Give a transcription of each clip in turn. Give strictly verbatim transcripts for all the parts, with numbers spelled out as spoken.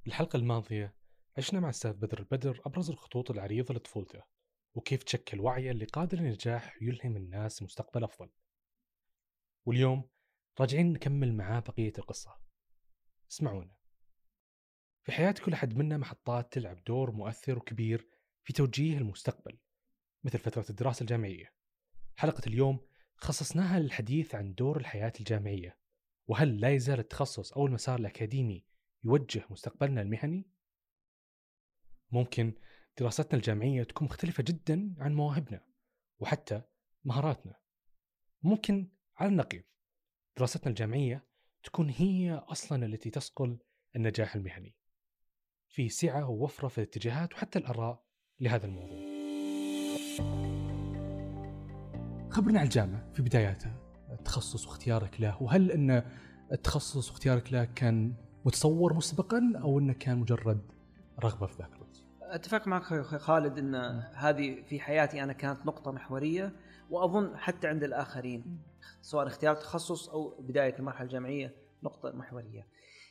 بالحلقة الماضية عشنا مع أستاذ بدر البدر أبرز الخطوط العريضة لطفولته وكيف تشكل وعيه اللي قاد للنجاح ويلهم الناس مستقبل أفضل. واليوم راجعين نكمل معاه بقية القصة. اسمعونا. في حياة كل أحد منا محطات تلعب دور مؤثر وكبير في توجيه المستقبل، مثل فترة الدراسة الجامعية. حلقة اليوم خصصناها للحديث عن دور الحياة الجامعية، وهل لا يزال التخصص أو المسار الأكاديمي يوجه مستقبلنا المهني؟ ممكن دراستنا الجامعية تكون مختلفة جدا عن مواهبنا وحتى مهاراتنا. ممكن على النقيض دراستنا الجامعية تكون هي أصلا التي تصقل النجاح المهني. في سعة ووفرة في الاتجاهات وحتى الآراء لهذا الموضوع. خبرنا عن الجامعة في بداياتها، التخصص واختيارك له، وهل أن التخصص واختيارك له كان متصور مسبقا أو أنه كان مجرد رغبة في ذاك الوقت؟ اتفق معك أخي خالد ان هذه في حياتي انا كانت نقطة محورية، واظن حتى عند الاخرين سواء اختيار تخصص او بداية المرحلة الجامعية نقطة محورية.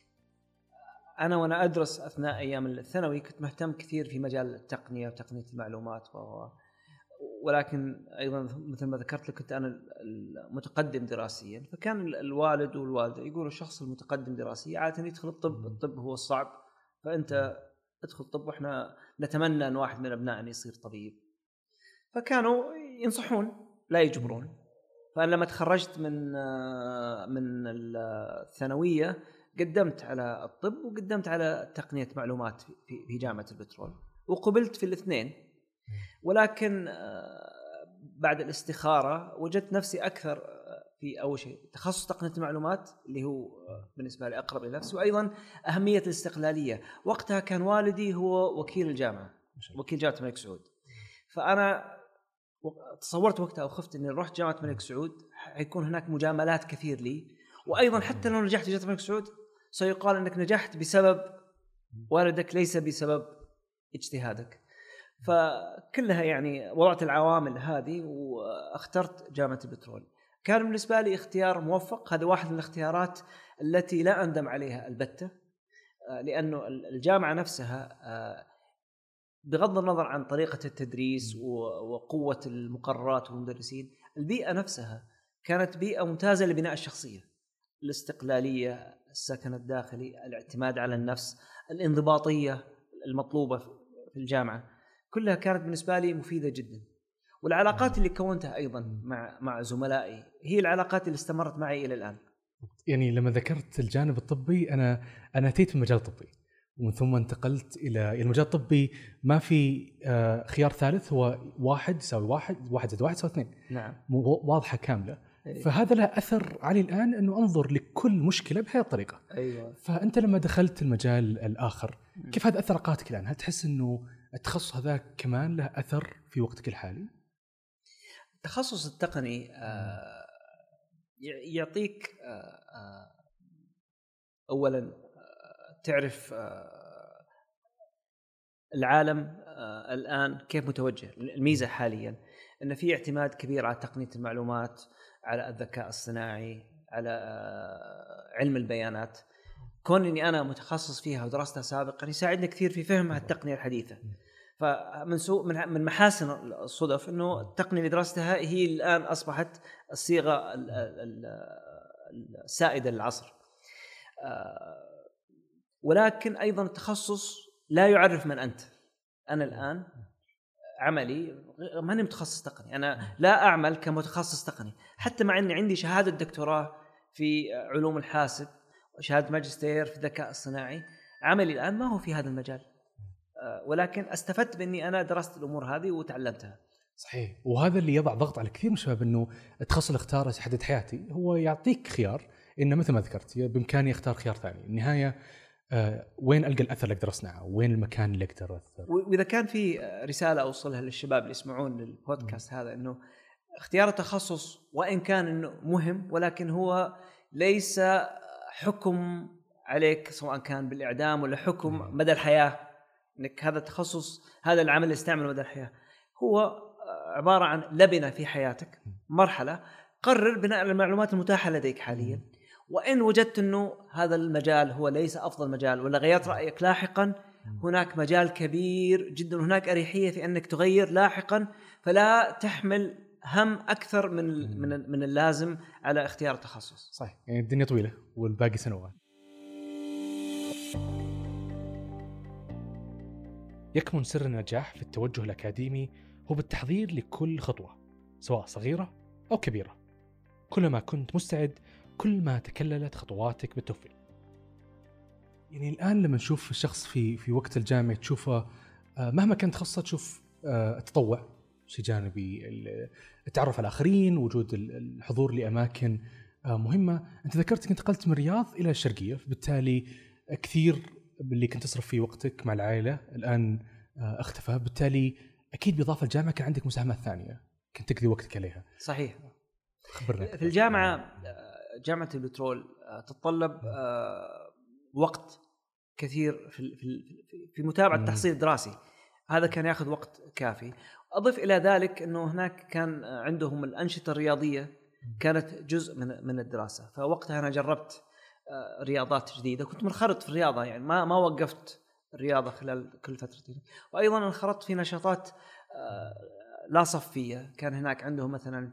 انا وانا ادرس اثناء ايام الثانوي كنت مهتم كثير في مجال التقنية وتقنية المعلومات و... ولكن ايضا مثل ما ذكرت لك كنت انا المتقدم دراسيا، فكان الوالد والوالدة يقولوا الشخص المتقدم دراسيا عادة يدخل الطب، الطب هو الصعب، فانت ادخل طب واحنا نتمنى ان واحد من ابنائنا يصير طبيب. فكانوا ينصحون لا يجبرون. فانا لما تخرجت من من الثانويه قدمت على الطب وقدمت على تقنيه معلومات في جامعه البترول، وقبلت في الاثنين. ولكن بعد الاستخاره وجدت نفسي اكثر في أول شيء تخصص تقنية المعلومات اللي هو بالنسبة لي أقرب لنفسي، وأيضا أهمية الاستقلالية. وقتها كان والدي هو وكيل الجامعة، وكيل جامعة الملك سعود، فأنا تصورت وقتها وخفت أني رحت جامعة الملك سعود حيكون هناك مجاملات كثير لي، وأيضا حتى لو نجحت في جامعة الملك سعود سيقال أنك نجحت بسبب والدك ليس بسبب اجتهادك. فكلها يعني وضعت العوامل هذه واخترت جامعة البترول. كان بالنسبة لي اختيار موفق، هذا واحد من الاختيارات التي لا أندم عليها البتة، لأنه الجامعة نفسها بغض النظر عن طريقة التدريس وقوة المقررات والمدرسين، البيئة نفسها كانت بيئة ممتازة لبناء الشخصية، الاستقلالية، السكن الداخلي، الاعتماد على النفس، الانضباطية المطلوبة في الجامعة، كلها كانت بالنسبة لي مفيدة جدا. والعلاقات اللي كونتها أيضا مع مع زملائي هي العلاقات اللي استمرت معي إلى الآن. يعني لما ذكرت الجانب الطبي، أنا أنا أتيت من المجال الطبي ومن ثم انتقلت إلى المجال الطبي. ما في خيار ثالث، هو واحد يساوي واحد، واحد زائد واحد يساوي اثنين. نعم، واضحة كاملة. فهذا له أثر علي الآن أنه أنظر لكل مشكلة بهذه الطريقة. أيوة. فأنت لما دخلت المجال الآخر كيف هذا أثر علاقاتك الآن؟ هل تحس أنه التخصص هذا كمان له أثر في وقتك الحالي؟ التخصص التقني آه يعطيك آه آه أولا آه تعرف آه العالم آه الآن كيف متوجه. الميزة حاليا أن في اعتماد كبير على تقنية المعلومات، على الذكاء الصناعي، على آه علم البيانات. كون أني أنا متخصص فيها ودرستها سابقا يساعدني كثير في فهم التقنية الحديثة. فمن سوء من محاسن الصدف انه التقنيه اللي درستها هي الان اصبحت الصيغه السائده للعصر. ولكن ايضا التخصص لا يعرف من انت. انا الان عملي ماني متخصص تقني، انا لا اعمل كمتخصص تقني حتى مع اني عندي شهاده دكتوراه في علوم الحاسب وشهاده ماجستير في الذكاء الصناعي. عملي الان ما هو في هذا المجال، ولكن استفدت باني انا درست الامور هذه وتعلمتها. صحيح. وهذا اللي يضع ضغط على كثير من الشباب، انه التخصص اللي اختاره يحدد حياتي. هو يعطيك خيار انه مثل ما ذكرت بامكاني اختار خيار ثاني. النهايه أه وين القى الاثر اللي اقدر اصنعه، وين المكان اللي اقدر اثر. واذا كان في رساله اوصلها للشباب اللي يسمعون للبودكاست هذا، انه اختيار التخصص وان كان انه مهم ولكن هو ليس حكم عليك سواء كان بالاعدام ولا حكم مدى الحياه انك هذا التخصص هذا العمل اللي استعمله مدى الحياه. هو عباره عن لبنه في حياتك، مرحله قرر بناء على المعلومات المتاحه لديك حاليا، وإن وجدت أنه هذا المجال هو ليس أفضل مجال ولا غيرت رأيك لاحقا، هناك مجال كبير جدا، هناك أريحية في أنك تغير لاحقا، فلا تحمل هم أكثر من من من اللازم على اختيار التخصص. صحيح، يعني الدنيا طويلة والباقي سنوات. يكمن سر النجاح في التوجه الأكاديمي هو بالتحضير لكل خطوة سواء صغيرة أو كبيرة. كلما كنت مستعد كل ما تكللت خطواتك بالتوفيق. يعني الآن لما نشوف الشخص في في وقت الجامعة تشوفه مهما كان تخصصه، تشوف التطوع شيء جانبي، التعرف على الآخرين، وجود الحضور لأماكن مهمة. أنت ذكرت انتقلت من الرياض إلى الشرقية، فبالتالي كثير اللي كنت تصرف فيه وقتك مع العائلة الآن اختفى، بالتالي أكيد بإضافة الجامعة كان عندك مساهمات ثانية كنت تقضي وقتك عليها. صحيح. خبرنا في الجامعة، جامعة البترول تتطلب وقت كثير في في في متابعة التحصيل الدراسي، هذا كان يأخذ وقت كافي. أضف إلى ذلك أنه هناك كان عندهم الأنشطة الرياضية كانت جزء من من الدراسة، فوقتها أنا جربت رياضات جديدة، كنت منخرط في الرياضة، يعني ما ما وقفت الرياضة خلال كل فترة. وأيضا انخرطت في نشاطات لا صفية، كان هناك عندهم مثلا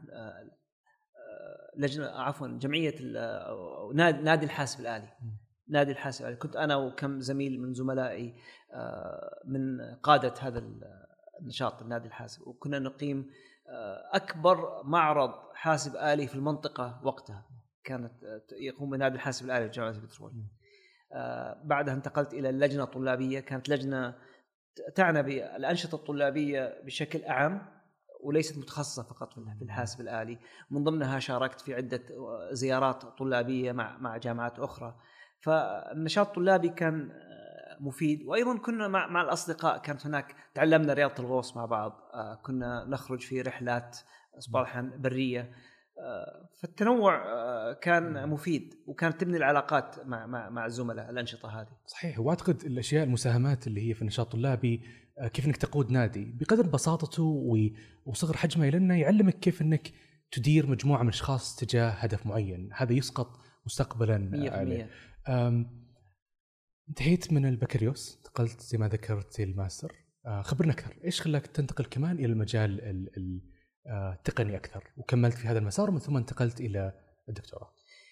لجنة عفوا جمعية نادي الحاسب الآلي. نادي الحاسب الآلي كنت أنا وكم زميل من زملائي من قادة هذا النشاط النادي الحاسب، وكنا نقيم أكبر معرض حاسب آلي في المنطقة وقتها، كانت يقوم بنادي الحاسب الآلي في جامعة البترول. بعدها انتقلت إلى اللجنة الطلابية، كانت لجنة تعنى بالأنشطة الطلابية بشكل أعم وليست متخصصة فقط في الحاسب الآلي. من ضمنها شاركت في عدة زيارات طلابية مع مع جامعات أخرى، فالنشاط الطلابي كان مفيد. وأيضا كنا مع مع الأصدقاء، كانت هناك تعلمنا رياضة الغوص مع بعض، كنا نخرج في رحلات صباحا برية، فالتنوع كان مفيد وكانت تبني العلاقات مع مع مع الزملاء الأنشطة هذه. صحيح. واعتقد الاشياء المساهمات اللي هي في النشاط الطلابي، كيف انك تقود نادي بقدر بساطته وصغر حجمه، لانه يعلمك كيف انك تدير مجموعه من الاشخاص تجاه هدف معين، هذا يسقط مستقبلا عليه. انتهيت من البكالوريوس، انتقلت زي ما ذكرت الماستر. خبرنا اكثر، ايش خلاك تنتقل كمان الى المجال التقني اكثر وكملت في هذا المسار، ومن ثم انتقلت الى الدكتوراه؟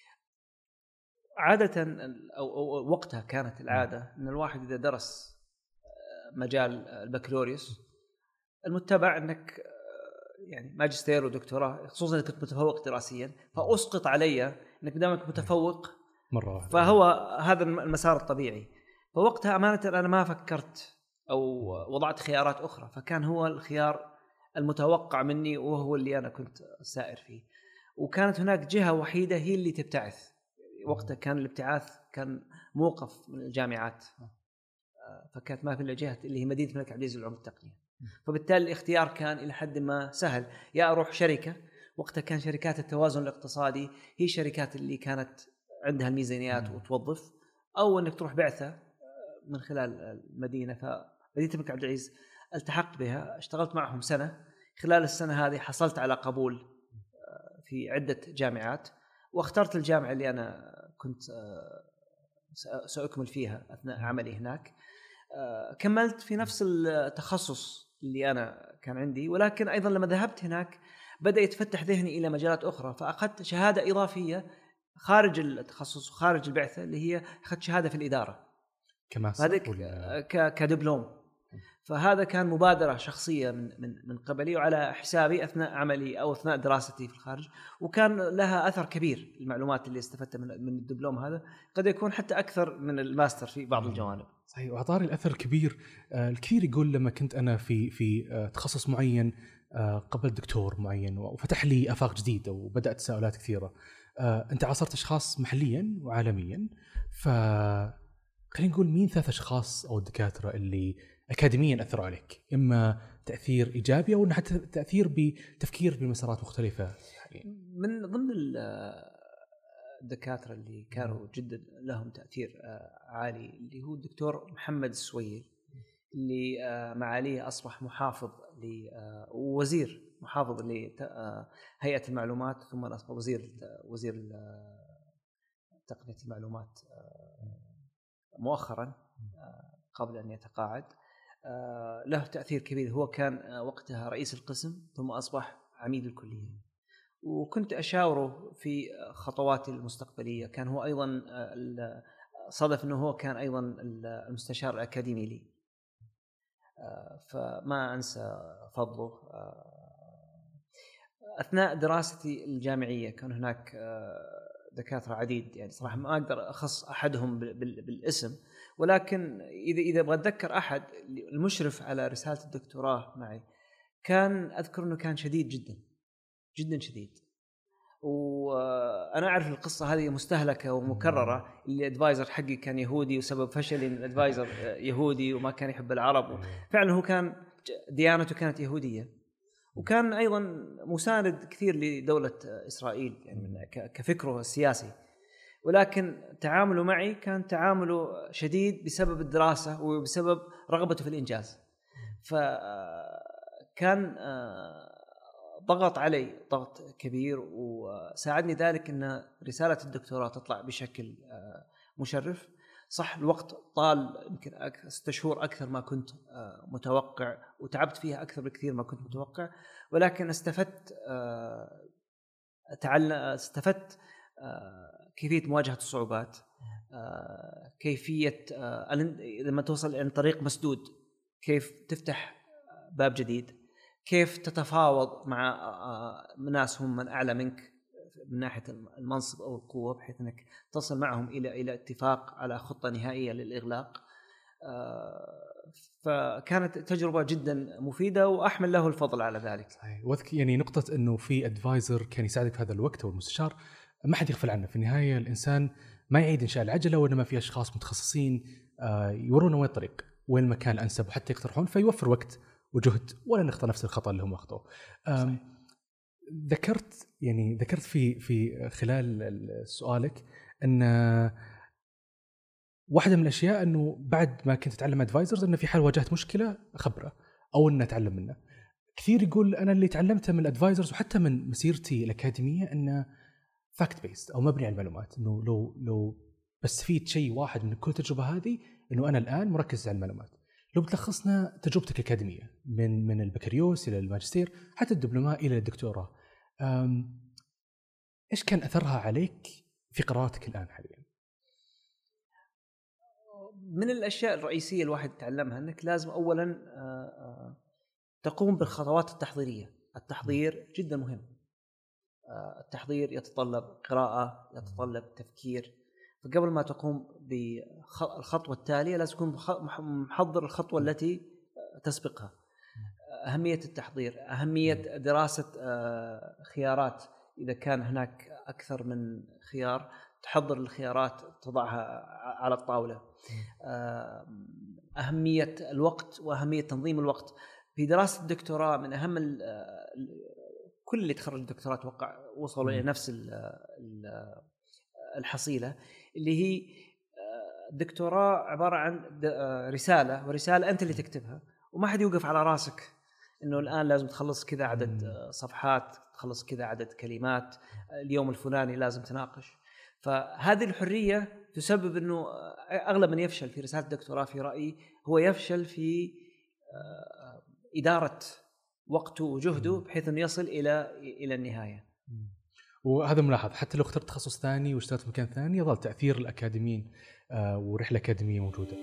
عادة أو وقتها كانت العادة أن الواحد إذا درس مجال البكالوريوس المتبع أنك يعني ماجستير ودكتوراه، خصوصا إذا كنت متفوق دراسيا، فأسقط علي أنك دامك متفوق مرة واحدة، فهو هذا المسار الطبيعي. فوقتها أمانة أنا ما فكرت أو وضعت خيارات أخرى، فكان هو الخيار المتوقع مني وهو اللي أنا كنت سائر فيه. وكانت هناك جهة وحيدة هي اللي تبتعث، وقتها كان الابتعاث كان موقف من الجامعات، فكانت ما في إلا جهة اللي هي مدينة الملك عبد العزيز للعلوم التقنية. فبالتالي الاختيار كان إلى حد ما سهل، يا أروح شركة، وقتها كان شركات التوازن الاقتصادي هي شركات اللي كانت عندها الميزانيات وتوظف، أو أنك تروح بعثة من خلال المدينة. فمدينة الملك عبد العزيز التحقت بها، اشتغلت معهم سنة. خلال السنة هذه حصلت على قبول في عدة جامعات، واخترت الجامعة اللي أنا كنت سأكمل فيها أثناء عملي هناك. كملت في نفس التخصص اللي أنا كان عندي، ولكن أيضا لما ذهبت هناك بدأ يتفتح ذهني إلى مجالات أخرى، فأخذت شهادة إضافية خارج التخصص وخارج البعثة، اللي هي أخذت شهادة في الإدارة كماستر كدبلوم. فهذا كان مبادرة شخصية من من من قبلي وعلى حسابي أثناء عملي أو أثناء دراستي في الخارج، وكان لها أثر كبير. المعلومات اللي استفدتها من من الدبلوم هذا قد يكون حتى أكثر من الماستر في بعض الجوانب. صحيح، وأعطاني الأثر كبير. الكثير يقول لما كنت أنا في في تخصص معين قبل دكتور معين وفتح لي آفاق جديدة وبدأت تساؤلات كثيرة. أنت عاصرت أشخاص محليا وعالميا، فخلينا نقول مين ثلاث أشخاص أو الدكاترة اللي أكاديميا أثروا عليك، إما تأثير إيجابي أو حتى تأثير بتفكير بمسارات مختلفة؟ من ضمن الدكاترة اللي كانوا جدا لهم تأثير عالي اللي هو الدكتور محمد السويل، اللي معاليه أصبح محافظ ووزير محافظ لهيئة المعلومات، ثم أصبح وزير وزير تقنية المعلومات مؤخرا قبل أن يتقاعد. له تأثير كبير. هو كان وقتها رئيس القسم ثم أصبح عميد الكلية، وكنت أشاوره في خطواتي المستقبلية. كان هو أيضا صادف أنه هو كان أيضا المستشار الأكاديمي لي، فما أنسى فضله. أثناء دراستي الجامعية كان هناك دكاترة عديد، يعني صراحة ما أقدر أخص أحدهم بالاسم، ولكن إذا إذا أبغى أتذكر أحد، المشرف على رسالة الدكتوراه معي كان أذكر أنه كان شديد جدا جدا شديد. وأنا أعرف القصة هذه مستهلكة ومكررة. الأدفايزر حقي كان يهودي وسبب فشلي إن الأدفايزر يهودي وما كان يحب العرب. فعلا هو كان ديانته كانت يهودية، وكان أيضا مساند كثير لدولة إسرائيل يعني كفكره السياسي، ولكن تعامله معي كان تعامله شديد بسبب الدراسة وبسبب رغبته في الإنجاز. فكان ضغط علي ضغط كبير، وساعدني ذلك أن رسالة الدكتوراه تطلع بشكل مشرف. صح الوقت طال يمكن ستة شهور أكثر ما كنت متوقع، وتعبت فيها أكثر بكثير ما كنت متوقع، ولكن استفدت تعلم استفدت كيفية مواجهة الصعوبات، كيفية لما توصل عن طريق مسدود كيف تفتح باب جديد، كيف تتفاوض مع ناس هم من أعلى منك من ناحية المنصب أو القوة، بحيث أنك تصل معهم إلى إلى اتفاق على خطة نهائية للإغلاق. فكانت تجربة جدا مفيدة وأحمل له الفضل على ذلك. يعني نقطة أنه في أدفايزر كان يساعدك في هذا الوقت أو المستشار ما حد يغفل عنه. في النهاية الإنسان ما يعيد إنشاء العجلة، وإنما في أشخاص متخصصين يورونا وين الطريق وين المكان الأنسب، وحتى يقترحون فيوفر وقت وجهد ولا نخطأ نفس الخطأ اللي هم أخطأوه. ذكرت يعني ذكرت في في خلال سؤالك أن واحدة من الأشياء أنه بعد ما كنت أتعلم أدفايزرز أنه في حال واجهت مشكلة أخبره أو أن أتعلم منه. كثير يقول أنا اللي تعلمته من الأدفايزرز وحتى من مسيرتي الأكاديمية أنه فاكت بيست أو مبني على المعلومات، أنه لو لو بستفيد شيء واحد من كل تجربة هذه أنه أنا الآن مركز على المعلومات. لو بتلخصنا تجربتك الأكاديمية من من البكالوريوس إلى الماجستير حتى الدبلومة إلى الدكتوراه، إيش كان أثرها عليك في قراراتك الآن حاليا؟ من الأشياء الرئيسية الواحد يتعلمها أنك لازم أولا تقوم بالخطوات التحضيرية. التحضير جدا مهم. التحضير يتطلب قراءة، يتطلب تفكير. فقبل ما تقوم بالخطوة التالية لازم تكون محضر الخطوة التي تسبقها. أهمية التحضير، أهمية دراسة خيارات. إذا كان هناك أكثر من خيار تحضر الخيارات تضعها على الطاولة. أهمية الوقت وأهمية تنظيم الوقت. في دراسة الدكتوراه من أهم كل اللي تخرج الدكتوراه توقع وصلوا إلى نفس الحصيلة، اللي هي الدكتوراه عبارة عن رسالة، ورسالة أنت اللي تكتبها، وما حد يوقف على راسك إنه الآن لازم تخلص كذا عدد صفحات، تخلص كذا عدد كلمات، اليوم الفلاني لازم تناقش. فهذه الحرية تسبب إنه أغلب من يفشل في رسالة الدكتوراه في رأيي هو يفشل في إدارة وقته وجهده بحيث أنه يصل إلى إلى النهاية. وهذا ملاحظ حتى لو اخترت تخصص ثاني واشتغلت في مكان ثاني يظل تأثير الأكاديميين ورحلة أكاديمية موجودة.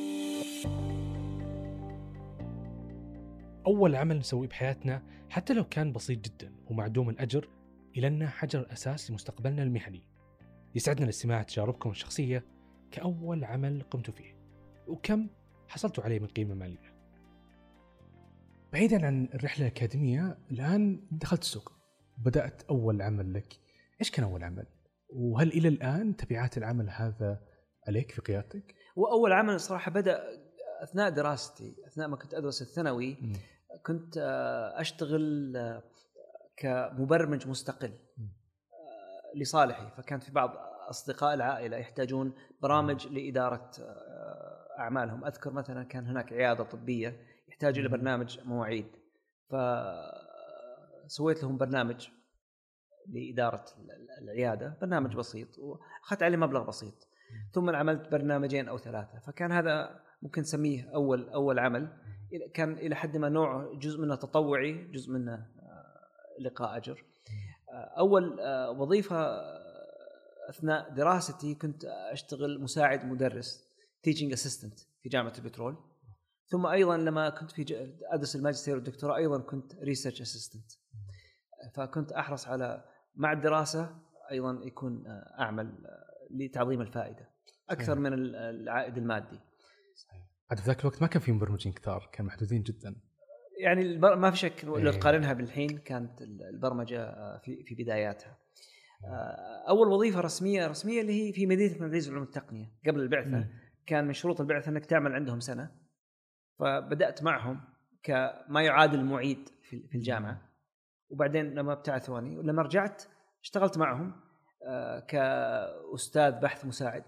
أول عمل نسويه بحياتنا حتى لو كان بسيط جدا ومعدوم الأجر إلى أنه حجر الأساس لمستقبلنا المهني. يسعدنا الاستماع تجاربكم الشخصية كأول عمل قمتوا فيه وكم حصلتوا عليه من قيمة مالية. بعيداً عن الرحلة الأكاديمية، الآن دخلت السوق، بدأت أول عمل لك. إيش كان أول عمل؟ وهل إلى الآن تبعات العمل هذا عليك في قيادتك؟ وأول عمل صراحة بدأ أثناء دراستي، أثناء ما كنت أدرس الثانوي. م. كنت أشتغل كمبرمج مستقل م. لصالحي. فكانت في بعض أصدقاء العائلة يحتاجون برامج م. لإدارة أعمالهم. أذكر مثلا كان هناك عيادة طبية يحتاج إلى برنامج مواعيد، فسويت لهم برنامج لإدارة العيادة، برنامج بسيط وأخذت عليه مبلغ بسيط. ثم عملت برنامجين أو ثلاثة، فكان هذا ممكن نسميه أول أول عمل، كان إلى حد ما نوع جزء منه تطوعي، جزء منه لقاء أجر. أول وظيفة أثناء دراستي كنت أشتغل مساعد مدرس teaching assistant في جامعة البترول، ثم أيضا لما كنت في أدرس الماجستير والدكتوراه أيضا كنت research assistant. فكنت أحرص على مع الدراسة أيضا يكون أعمل لتعظيم الفائدة أكثر صحيح. من العائد المادي. صحيح. في ذاك الوقت ما كان في مبرمجين كثار، كان محدودين جدا. يعني البر... ما في شك لو تقارنها بالحين كانت البرمجة في في بداياتها. أول وظيفة رسمية رسمية اللي هي في مدينة مدرسة العلوم التقنية قبل البعثة. م. كان من شروط البعثة أنك تعمل عندهم سنة، فبدأت معهم كما يعادل معيد في الجامعة، وبعدين لما ابتعثوني ولما رجعت اشتغلت معهم كأستاذ بحث مساعد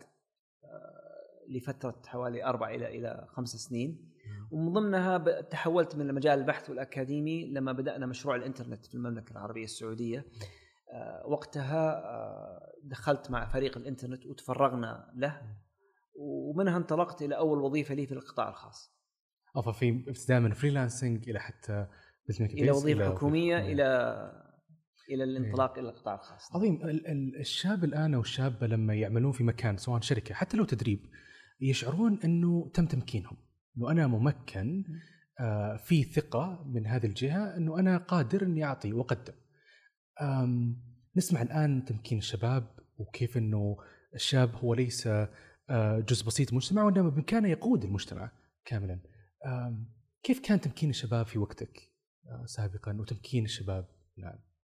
لفترة حوالي أربع إلى إلى خمس سنين. ومن ضمنها تحولت من مجال البحث والأكاديمي لما بدأنا مشروع الإنترنت في المملكة العربية السعودية. وقتها دخلت مع فريق الإنترنت وتفرغنا له، ومنها انطلقت إلى أول وظيفة لي في القطاع الخاص. أو في ابتداء من فريلانسنج إلى حتى إلى وظيفة إلى حكومية وظيفة إلى إلى الانطلاق إيه. إلى القطاع الخاص. عظيم. الشاب الآن أو الشابة لما يعملون في مكان سواء شركة حتى لو تدريب، يشعرون أنه تم تمكينهم، أنه أنا ممكن آه في ثقة من هذه الجهة أنه أنا قادر أني أعطي وأقدم. نسمع الآن تمكين الشباب وكيف أنه الشاب هو ليس آه جزء بسيط من المجتمع، وإنما بإمكانه يقود المجتمع كاملا. كيف كان تمكين الشباب في وقتك آه سابقا وتمكين الشباب الآن؟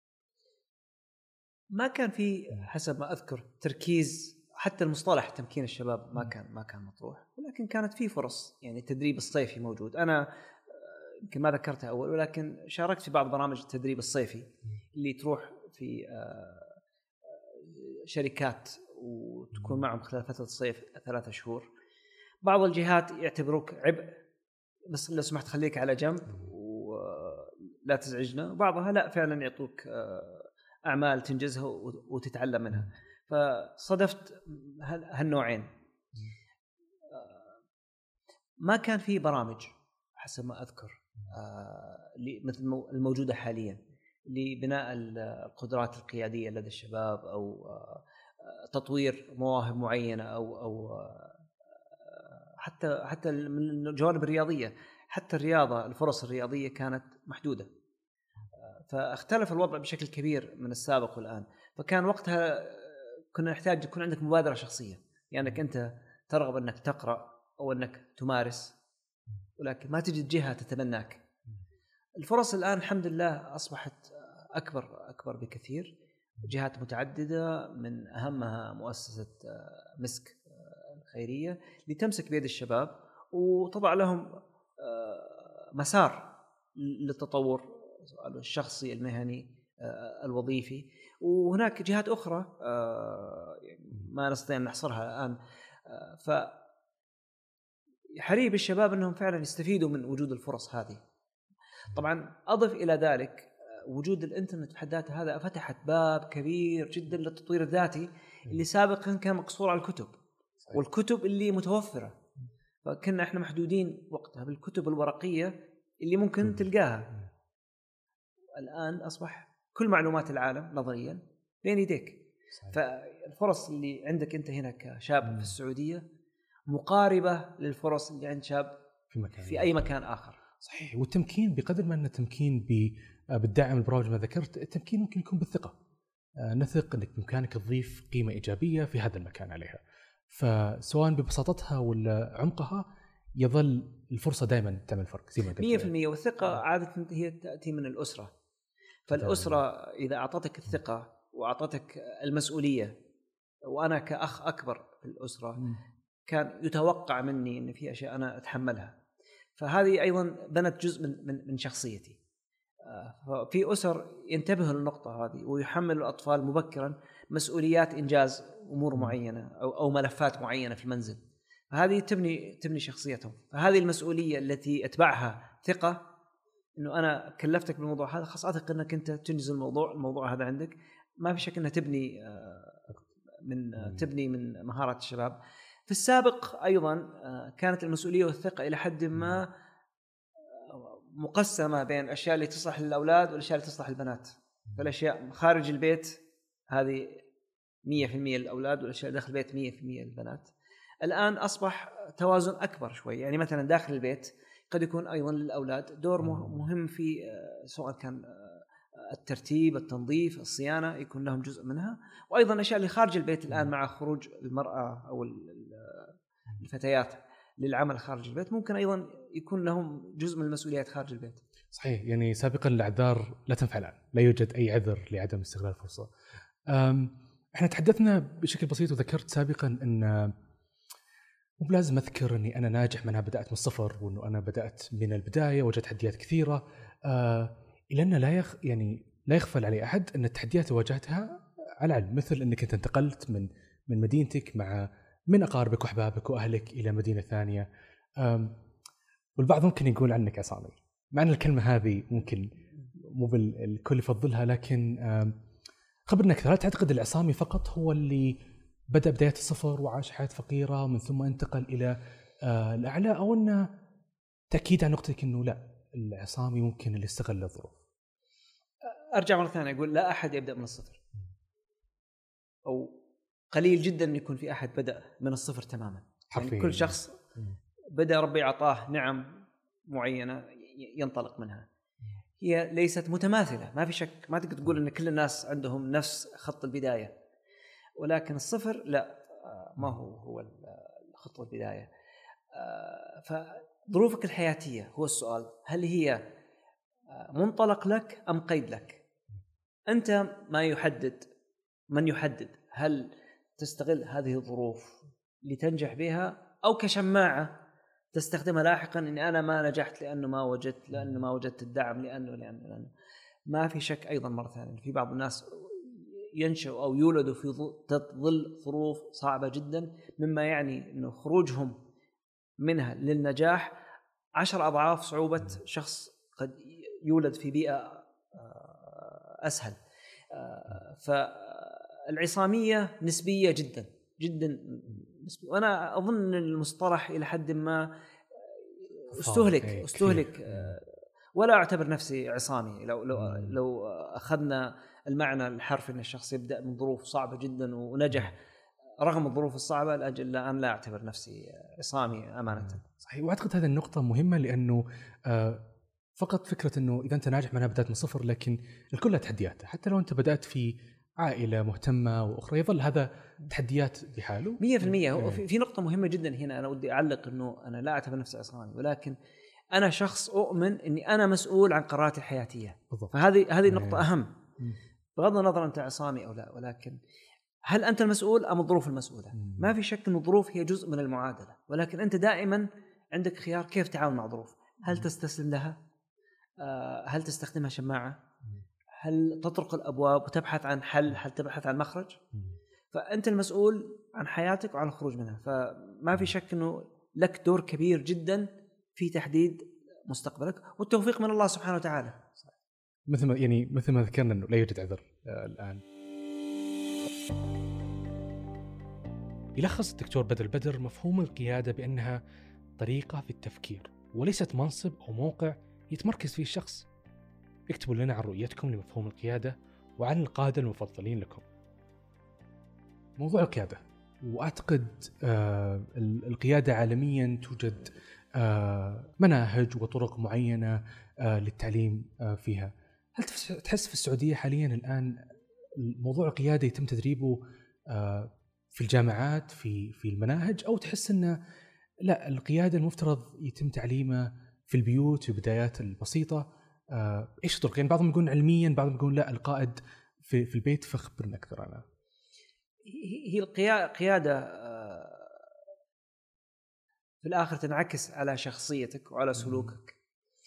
ما كان في حسب ما أذكر تركيز، حتى المصطلح تمكين الشباب ما كان ما كان مطروح، ولكن كانت في فرص. يعني التدريب الصيفي موجود، أنا يمكن ما ذكرتها أول، ولكن شاركت في بعض برامج التدريب الصيفي اللي تروح في شركات وتكون معهم خلال فترة الصيف ثلاثة شهور. بعض الجهات يعتبروك عبء، بس لو سمحت خليك على جنب ولا تزعجنا. بعضها لا، فعلا يعطوك أعمال تنجزها وتتعلم منها. فصدفت هالنوعين. ما كان في برامج حسب ما أذكر مثل الموجودة حاليا لبناء القدرات القيادية لدى الشباب، أو تطوير مواهب معينة، أو أو حتى حتى من الجوانب الرياضية. حتى الرياضة، الفرص الرياضية كانت محدودة، فاختلف الوضع بشكل كبير من السابق والآن. فكان وقتها كنا نحتاج يكون عندك مبادرة شخصية، يعني أنك أنت ترغب أنك تقرأ أو أنك تمارس، ولكن ما تجد جهة تتبناك. الفرص الآن الحمد لله أصبحت أكبر أكبر بكثير، جهات متعددة، من أهمها مؤسسة مسك الخيرية لتمسك بيد الشباب وتضع لهم مسار للتطور الشخصي المهني الوظيفي. وهناك جهات أخرى ما نستطيع أن نحصرها الآن. فحري بالشباب أنهم فعلا يستفيدوا من وجود الفرص هذه. طبعا أضف إلى ذلك وجود الإنترنت في حد ذاته، هذا فتحت باب كبير جدا للتطوير الذاتي اللي سابقا كان مقصور على الكتب والكتب اللي متوفرة. فكنا احنا محدودين وقتها بالكتب الورقية اللي ممكن تلقاها. الآن أصبح كل معلومات العالم نظريا بين يديك. فالفرص اللي عندك أنت هنا كشاب في السعودية مقاربة للفرص اللي عند شاب في, مكان في أي مكان آخر. صحيح. والتمكين بقدر ما أن التمكين بالدعم البرامج ما ذكرت، التمكين ممكن يكون بالثقة. نثق أنك بإمكانك تضيف قيمة إيجابية في هذا المكان عليها، فسواء ببساطتها ولا عمقها يظل الفرصة دائما تعمل فرق زي ما قلت. مية في المية. والثقة عادة هي تأتي من الأسرة. فالأسرة إذا أعطتك الثقة وأعطتك المسؤولية، وأنا كأخ أكبر في الأسرة كان يتوقع مني أن في أشياء أنا أتحملها، فهذه أيضا بنت جزء من من من شخصيتي. في أسر ينتبه للنقطة هذه ويحمل الأطفال مبكرا مسؤوليات إنجاز أمور معينة أو أو ملفات معينة في المنزل، فهذه تبني تبني شخصيتهم. فهذه المسؤولية التي أتبعها ثقة إنه أنا كلفتك بالموضوع هذا، خلاص أثق إنك أنت تنجز الموضوع الموضوع هذا عندك. ما في شك انها تبني من تبني من مهارات الشباب. في السابق ايضا كانت المسؤوليه والثقه الى حد ما مقسمه بين الاشياء اللي تصلح للاولاد والاشياء اللي تصلح للبنات. فالاشياء خارج البيت هذه مية في المية للاولاد، والاشياء داخل البيت مية في المية للبنات. الان اصبح توازن اكبر شوي، يعني مثلا داخل البيت قد يكون ايضا للاولاد دور مهم في سواء كان الترتيب، التنظيف، الصيانه، يكون لهم جزء منها. وايضا الاشياء اللي خارج البيت الان مع خروج المراه او الفتيات للعمل خارج البيت ممكن ايضا يكون لهم جزء من المسؤوليات خارج البيت. صحيح، يعني سابقا الاعذار لا تنفع الان، لا يوجد اي عذر لعدم استغلال الفرصه. احنا تحدثنا بشكل بسيط وذكرت سابقا ان مو لازم اذكر اني انا ناجح، من انا بدات من الصفر، وانه انا بدات من البدايه وجدت تحديات كثيره. أه الا ان لا يخ يعني لا يغفل علي احد ان التحديات واجهتها على علم، مثل انك انت انتقلت من من مدينتك مع من اقاربك واحبابك واهلك الى مدينه ثانيه. والبعض ممكن يقول عنك عصامي، مع ان الكلمه هذه ممكن مو بالكل يفضلها، لكن خبرنا اكثر. هل تعتقد العصامي فقط هو اللي بدأ بداية الصفر وعاش حياة فقيرة ومن ثم انتقل إلى آه الأعلى، أو أن تأكيد عن نقطتك أنه لا، العصامي ممكن اللي استغل الظروف؟ أرجع مرة ثانية أقول لا أحد يبدأ من الصفر، أو قليل جدا أن يكون في أحد بدأ من الصفر تماما. يعني كل شخص بدأ ربي عطاه نعم معينة ينطلق منها، هي ليست متماثلة، ما في شك. ما تقدر تقول أن كل الناس عندهم نفس خط البداية، ولكن الصفر لا، ما هو هو خط البداية. فظروفك الحياتية هو السؤال، هل هي منطلق لك أم قيد لك؟ أنت ما يحدد، من يحدد هل تستغل هذه الظروف لتنجح بها أو كشماعة تستخدمها لاحقا، إني أنا ما نجحت لأنه ما وجدت، لأنه ما وجدت الدعم، لأنه لأنه, لأنه. ما في شك أيضا مرة ثانية في بعض الناس ينشأوا أو يولدوا في ظل ظروف صعبة جدا، مما يعني أنه خروجهم منها للنجاح عشر أضعاف صعوبة شخص قد يولد في بيئة أسهل. فالعصامية نسبية جدا جدا نسبية. وأنا أظن المصطلح إلى حد ما استهلك استهلك ولا أعتبر نفسي عصامي. لو لو لو أخذنا المعنى الحرفي أن الشخص يبدأ من ظروف صعبة جدا ونجح رغم الظروف الصعبة، لأجل لا، أنا لا أعتبر نفسي عصامي أمانة. صحيح، وأعتقد هذه النقطة مهمة، لأنه فقط فكرة أنه إذا أنت ناجح معناها بدأت من صفر، لكن الكل له تحدياته. حتى لو أنت بدأت في عائلة مهتمة وأخرى يظل هذا تحديات بحاله مية في المية. في نقطة مهمة جدا هنا أنا ودي أعلق، أنه أنا لا أعتبر نفسي عصامي، ولكن أنا شخص أؤمن أني أنا مسؤول عن قراراتي الحياتية. بالضبط. فهذه هذه نقطة أهم، بغض النظر أنت عصامي أو لا، ولكن هل أنت المسؤول أم الظروف المسؤولة؟ ما في شك أن الظروف هي جزء من المعادلة، ولكن أنت دائما عندك خيار كيف تتعامل مع الظروف. هل تستسلم لها؟ هل تستخدمها شماعة؟ هل تطرق الأبواب وتبحث عن حل؟ هل تبحث عن مخرج؟ فأنت المسؤول عن حياتك وعن الخروج منها. فما في شك أنه لك دور كبير جدا في تحديد مستقبلك، والتوفيق من الله سبحانه وتعالى. مثل ما يعني مثل ما ذكرنا أنه لا يوجد عذر الآن. يلخص الدكتور بدر البدر مفهوم القيادة بأنها طريقة في التفكير وليست منصب أو موقع يتمركز فيه الشخص. اكتبوا لنا عن رؤيتكم لمفهوم القيادة وعن القادة المفضلين لكم. موضوع القيادة، وأعتقد آه القيادة عالميا توجد آه مناهج وطرق معينة آه للتعليم آه فيها. هل تحس في السعودية حاليا الآن موضوع القيادة يتم تدريبه آه في الجامعات في في المناهج، أو تحس أنه لا، القيادة المفترض يتم تعليمه في البيوت في البدايات البسيطة؟ آه إيش الطرق؟ يعني بعضهم يقولون علميا، بعضهم يقولون لا، القائد في في البيت. فخبرنا أكثر. أنا هي القيادة في الآخر تنعكس على شخصيتك وعلى سلوكك.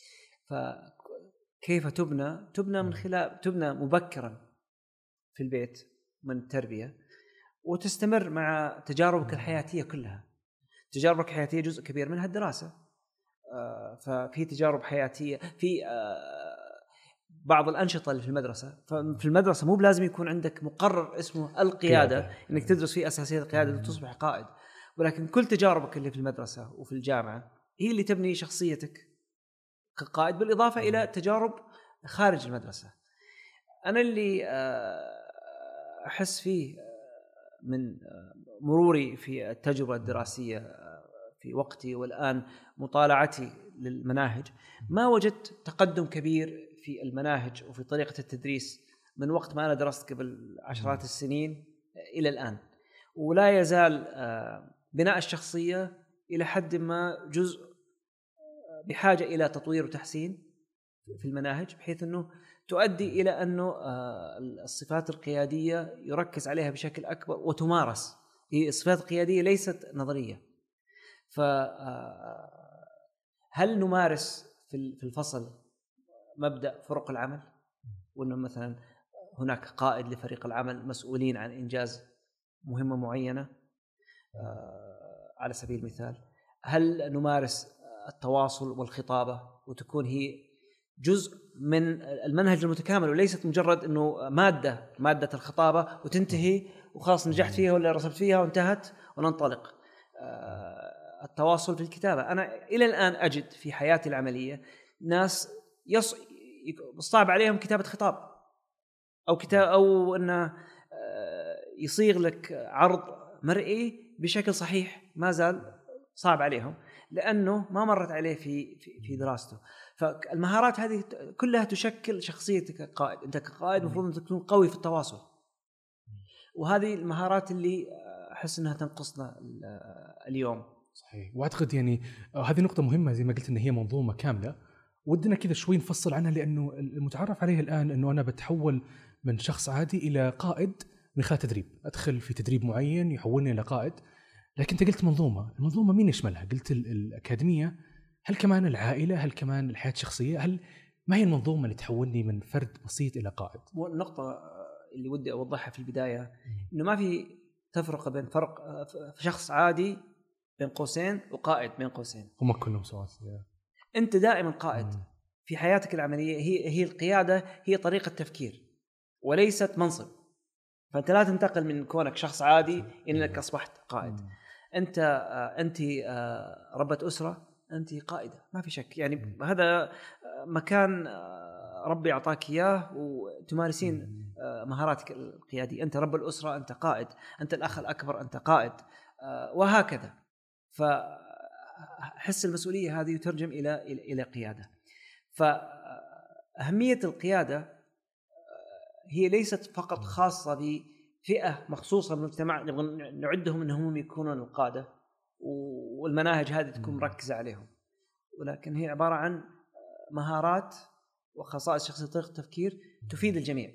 فكيف تبنى؟ تبنى من خلال تبنى مبكرا في البيت من التربية، وتستمر مع تجاربك الحياتية كلها. تجاربك الحياتية جزء كبير منها الدراسة، ففي تجارب حياتية، في بعض الأنشطة اللي في المدرسة. ففي المدرسة مو بلازم يكون عندك مقرر اسمه القيادة قيادة. إنك تدرس فيه أساسيات القيادة وتصبح قائد، ولكن كل تجاربك اللي في المدرسة وفي الجامعة هي اللي تبني شخصيتك كقائد، بالإضافة إلى تجارب خارج المدرسة. أنا اللي أحس فيه من مروري في التجربة الدراسية في وقتي والآن مطالعتي للمناهج، ما وجدت تقدم كبير في المناهج وفي طريقة التدريس من وقت ما أنا درست قبل عشرات السنين إلى الآن. ولا يزال بناء الشخصية إلى حد ما جزء بحاجة إلى تطوير وتحسين في المناهج، بحيث أنه تؤدي إلى أنه الصفات القيادية يركز عليها بشكل أكبر وتمارس. هي الصفات القيادية ليست نظرية. فهل نمارس في الفصل مبدأ فرق العمل، وأنه مثلا هناك قائد لفريق العمل مسؤولين عن إنجاز مهمة معينة على سبيل المثال؟ هل نمارس التواصل والخطابة وتكون هي جزء من المنهج المتكامل، وليست مجرد أنه مادة مادة الخطابة وتنتهي وخلاص نجحت فيها ولا رسبت فيها وانتهت وننطلق؟ التواصل في الكتابة. أنا إلى الآن أجد في حياتي العملية ناس يص... صعب عليهم كتابة خطاب أو كتاب أو أنه يصيغ لك عرض مرئي بشكل صحيح، ما زال صعب عليهم لأنه ما مرت عليه في في دراسته. فالمهارات هذه كلها تشكل شخصيتك كقائد. أنت كقائد مفروض أن تكون قوي في التواصل، وهذه المهارات اللي أحس أنها تنقصنا اليوم. صحيح. وأعتقد يعني هذه نقطة مهمة زي ما قلت إن هي منظومة كاملة، ودنا كذا شوي نفصل عنها، لأنه المتعارف عليه الآن أنه أنا بتحول من شخص عادي إلى قائد من خلال تدريب، أدخل في تدريب معين يحولني إلى قائد. لكن أنت قلت منظومة، المنظومة مين يشملها؟ قلت الأكاديمية، هل كمان العائلة؟ هل كمان الحياة الشخصية؟ هل ما هي المنظومة اللي تحولني من فرد بسيط إلى قائد؟ النقطة اللي ودي أوضحها في البداية إنه ما في تفرق بين فرق في شخص عادي بين قوسين وقائد بين قوسين، هم كلهم سواء. أنت دائما قائد في حياتك العملية. هي هي القيادة هي طريقة تفكير وليست منصب. فأنت لا تنتقل من كونك شخص عادي إنك أصبحت قائد. أنت أنت ربة أسرة، أنت قائدة ما في شك. يعني هذا مكان ربي أعطاك إياه وتمارسين مهاراتك القيادية. أنت رب الأسرة أنت قائد، أنت الأخ الأكبر أنت قائد، وهكذا. فحس المسؤولية هذه يترجم إلى إلى قيادة. فأهمية القيادة هي ليست فقط خاصة بفئة مخصوصة من المجتمع نبغى نعدهم أنهم يكونون القادة والمناهج هذه تكون مركزة عليهم، ولكن هي عبارة عن مهارات وخصائص شخصية طريقة تفكير تفيد الجميع.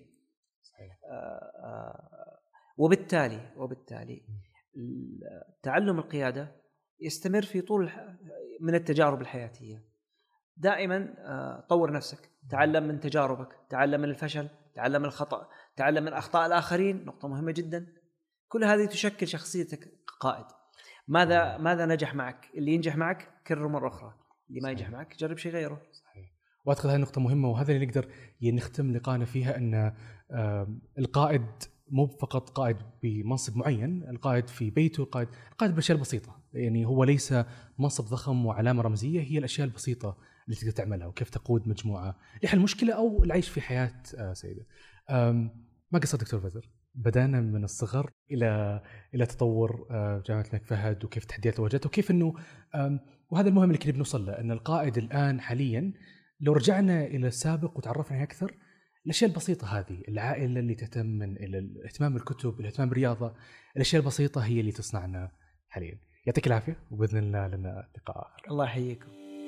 وبالتالي وبالتالي تعلم القيادة يستمر في طول من التجارب الحياتية. دائما طور نفسك، تعلم من تجاربك، تعلم من الفشل، تعلم من الخطأ، تعلم من أخطاء الآخرين. نقطة مهمة جدا. كل هذه تشكل شخصيتك كقائد. ماذا ماذا نجح معك؟ اللي ينجح معك كرره مرة أخرى، اللي ما ينجح معك جرب شيء غيره. صحيح. وأعتقد هذه نقطة مهمة، وهذا اللي نقدر نختم لقاءنا فيها، أن القائد مو فقط قائد بمنصب معين، القائد في بيته، القائد القائد بالأشياء البسيطة. يعني هو ليس منصب ضخم وعلامة رمزية، هي الأشياء البسيطة اللي تقدر تعملها، وكيف تقود مجموعة لحل مشكلة أو العيش في حياة سعيدة. ما قصر دكتور بدر، بدأنا من الصغر إلى إلى تطور جامعة الملك فهد، وكيف تحديات واجهته، وكيف إنه وهذا المهم اللي كنا بنوصل له، أن القائد الآن حاليا لو رجعنا إلى السابق وتعرفنا عليه أكثر، الأشياء البسيطة هذه، العائلة اللي تهتم من إلى الاهتمام بالكتب، الاهتمام بالرياضة، الأشياء البسيطة هي اللي تصنعنا حاليا. يعطيك العافية، وبإذن الله لنا لقاء آخر. الله يحييكم.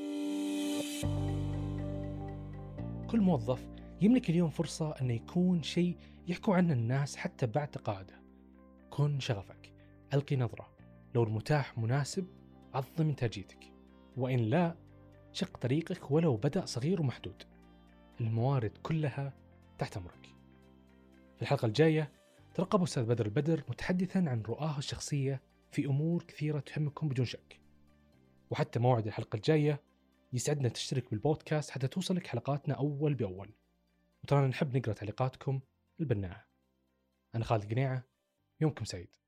كل موظف يملك اليوم فرصة أن يكون شيء يحكوا عنه الناس حتى بعد تقاعده. كن شغفك، ألقي نظرة، لو المتاح مناسب عظم إنتاجيتك، وإن لا شق طريقك ولو بدأ صغير ومحدود. الموارد كلها تحت أمرك. في الحلقة الجاية ترقبوا أستاذ بدر البدر متحدثا عن رؤاه الشخصية في أمور كثيرة تهمكم بدون شك. وحتى موعد الحلقة الجاية يسعدنا تشترك بالبودكاست حتى توصلك حلقاتنا أول بأول. وترانا نحب نقرأ تعليقاتكم البناءة. أنا خالد قنيعة، يومكم سعيد.